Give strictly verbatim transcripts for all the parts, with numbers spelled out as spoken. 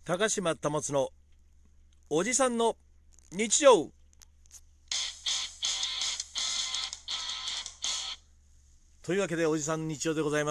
高島保のおじさんの日常。というわけでおじさんの日常でございます。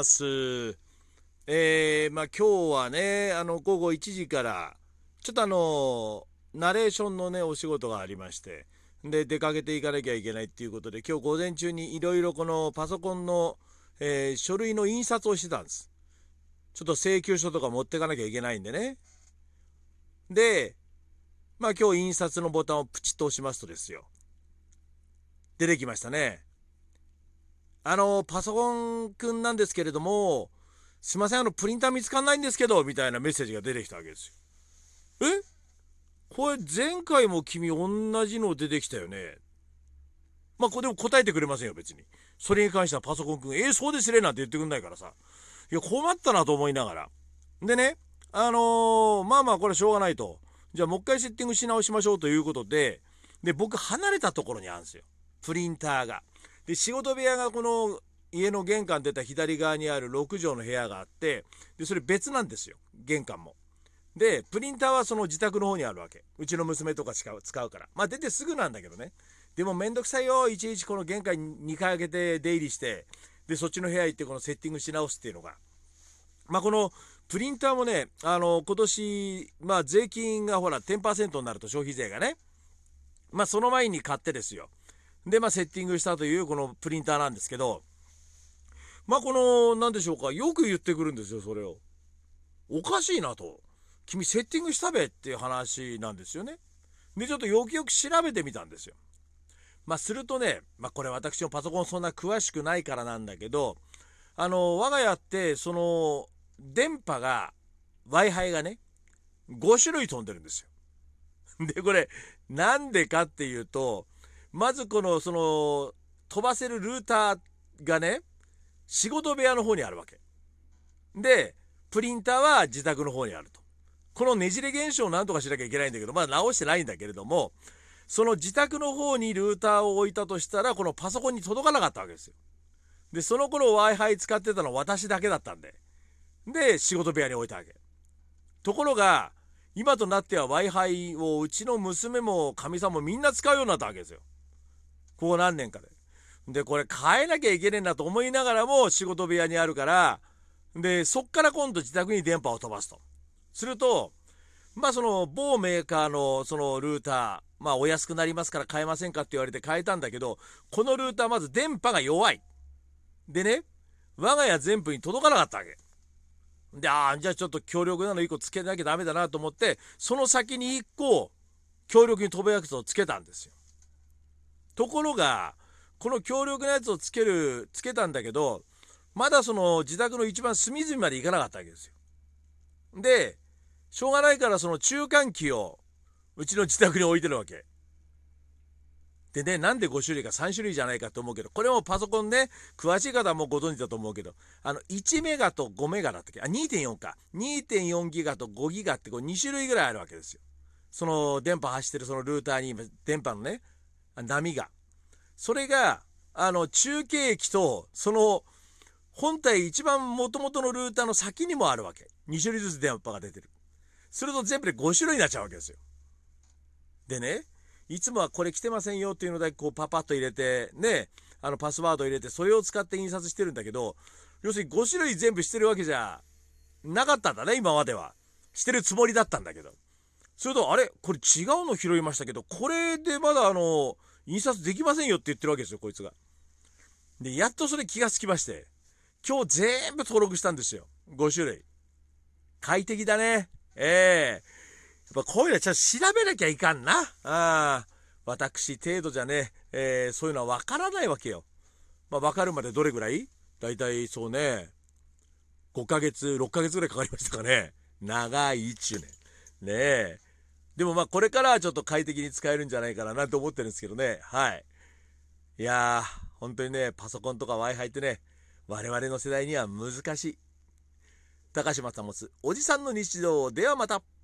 えー、まあ今日はね、あの午後いちじからちょっとあのナレーションのねお仕事がありまして、で出かけていかなきゃいけないっていうことで、今日午前中にいろいろこのパソコンの、えー書類の印刷をしてたんです。ちょっと請求書とか持ってかなきゃいけないんでね。でまあ今日印刷のボタンをプチッと押しますとですよ、出てきましたね。あのパソコンくんなんですけれども、すいません、あのプリンター見つかんないんですけどみたいなメッセージが出てきたわけですよ。えこれ前回も君同じの出てきたよね。まあこれでも答えてくれませんよ別に。それに関してはパソコンくんえー、そうですねなんて言ってくんないからさ、いや困ったなと思いながら、でね、あのーまあまあこれしょうがないと、じゃあもう一回セッティングし直しましょうということで、で僕離れたところにあるんですよ、プリンターが。で仕事部屋がこの家の玄関出た左側にあるろく畳の部屋があって、でそれ別なんですよ、玄関も。でプリンターはその自宅の方にあるわけ。うちの娘とか使う使うから、まあ出てすぐなんだけどね。でもめんどくさいよ、いちいちこの玄関ににかい開けて出入りして、でそっちの部屋行ってこのセッティングし直すっていうのが、まあこのプリンターもね、あの今年まあ税金がほら じゅっパーセント になると、消費税がね、まあその前に買ってですよ、でまあセッティングしたというこのプリンターなんですけど、まあこの何でしょうか、よく言ってくるんですよそれを。おかしいなと、君セッティングしたべっていう話なんですよね。でちょっとよくよく調べてみたんですよ。まあするとね、まあこれ私もパソコンそんな詳しくないからなんだけど、あの我が家ってその電波が Wi-Fi がねご種類飛んでるんですよ。でこれなんでかっていうと、まずこのその飛ばせるルーターがね、仕事部屋の方にあるわけで、プリンターは自宅の方にあると。このねじれ現象をなんとかしなきゃいけないんだけど、まだ直してないんだけれども、その自宅の方にルーターを置いたとしたらこのパソコンに届かなかったわけですよ。でその頃 Wi-Fi 使ってたの私だけだったんで、で仕事部屋に置いたわけ。ところが今となっては Wi-Fi をうちの娘もかみさんもみんな使うようになったわけですよ、ここ何年かで。でこれ変えなきゃいけねえなと思いながらも仕事部屋にあるから、でそっから今度自宅に電波を飛ばすとすると、まあその某メーカーのそのルーター、まあお安くなりますから買えませんかって言われて買えたんだけど、このルーターまず電波が弱いでね、我が家全部に届かなかったわけで、ああじゃあちょっと強力なのいっこつけなきゃダメだなと思って、その先にいっこ強力に飛ぶやつをつけたんですよ。ところがこの強力なやつをつけるつけたんだけど、まだその自宅の一番隅々まで行かなかったわけですよ。でしょうがないからその中間機をうちの自宅に置いてるわけでね。なんでご種類かさん種類じゃないかと思うけど、これもパソコンね詳しい方はもうご存知だと思うけど、あのいちメガとごメガだったっけ、あ にてんよん か にてんよん ギガとごギガってこうに種類ぐらいあるわけですよ。その電波走ってるそのルーターに電波のね波が、それがあの中継機とその本体一番元々のルーターの先にもあるわけ。に種類ずつ電波が出てる。すると全部でご種類になっちゃうわけですよ。でね、いつもはこれ来てませんよっていうのだけこうパパッと入れてね、あのパスワード入れてそれを使って印刷してるんだけど、要するにご種類全部してるわけじゃなかったんだね、今までは。してるつもりだったんだけど、それとあれこれ違うの拾いましたけど、これでまだあの印刷できませんよって言ってるわけですよ、こいつが。でやっとそれ気がつきまして、今日全部登録したんですよ、ご種類。快適だね。ええー、やっぱこういうのはちゃんと調べなきゃいかんな。あ私程度じゃね、えー、そういうのは分からないわけよ。まあ分かるまでどれぐらい、だいたいそうねごかげつろっかげつぐらいかかりましたかね。長いっちゅうねんねえ。でもまあこれからはちょっと快適に使えるんじゃないかななんて思ってるんですけどね。はい。いやー本当にね、パソコンとか Wi-Fi ってね、我々の世代には難しい。高島保おじさんの日常ではまた。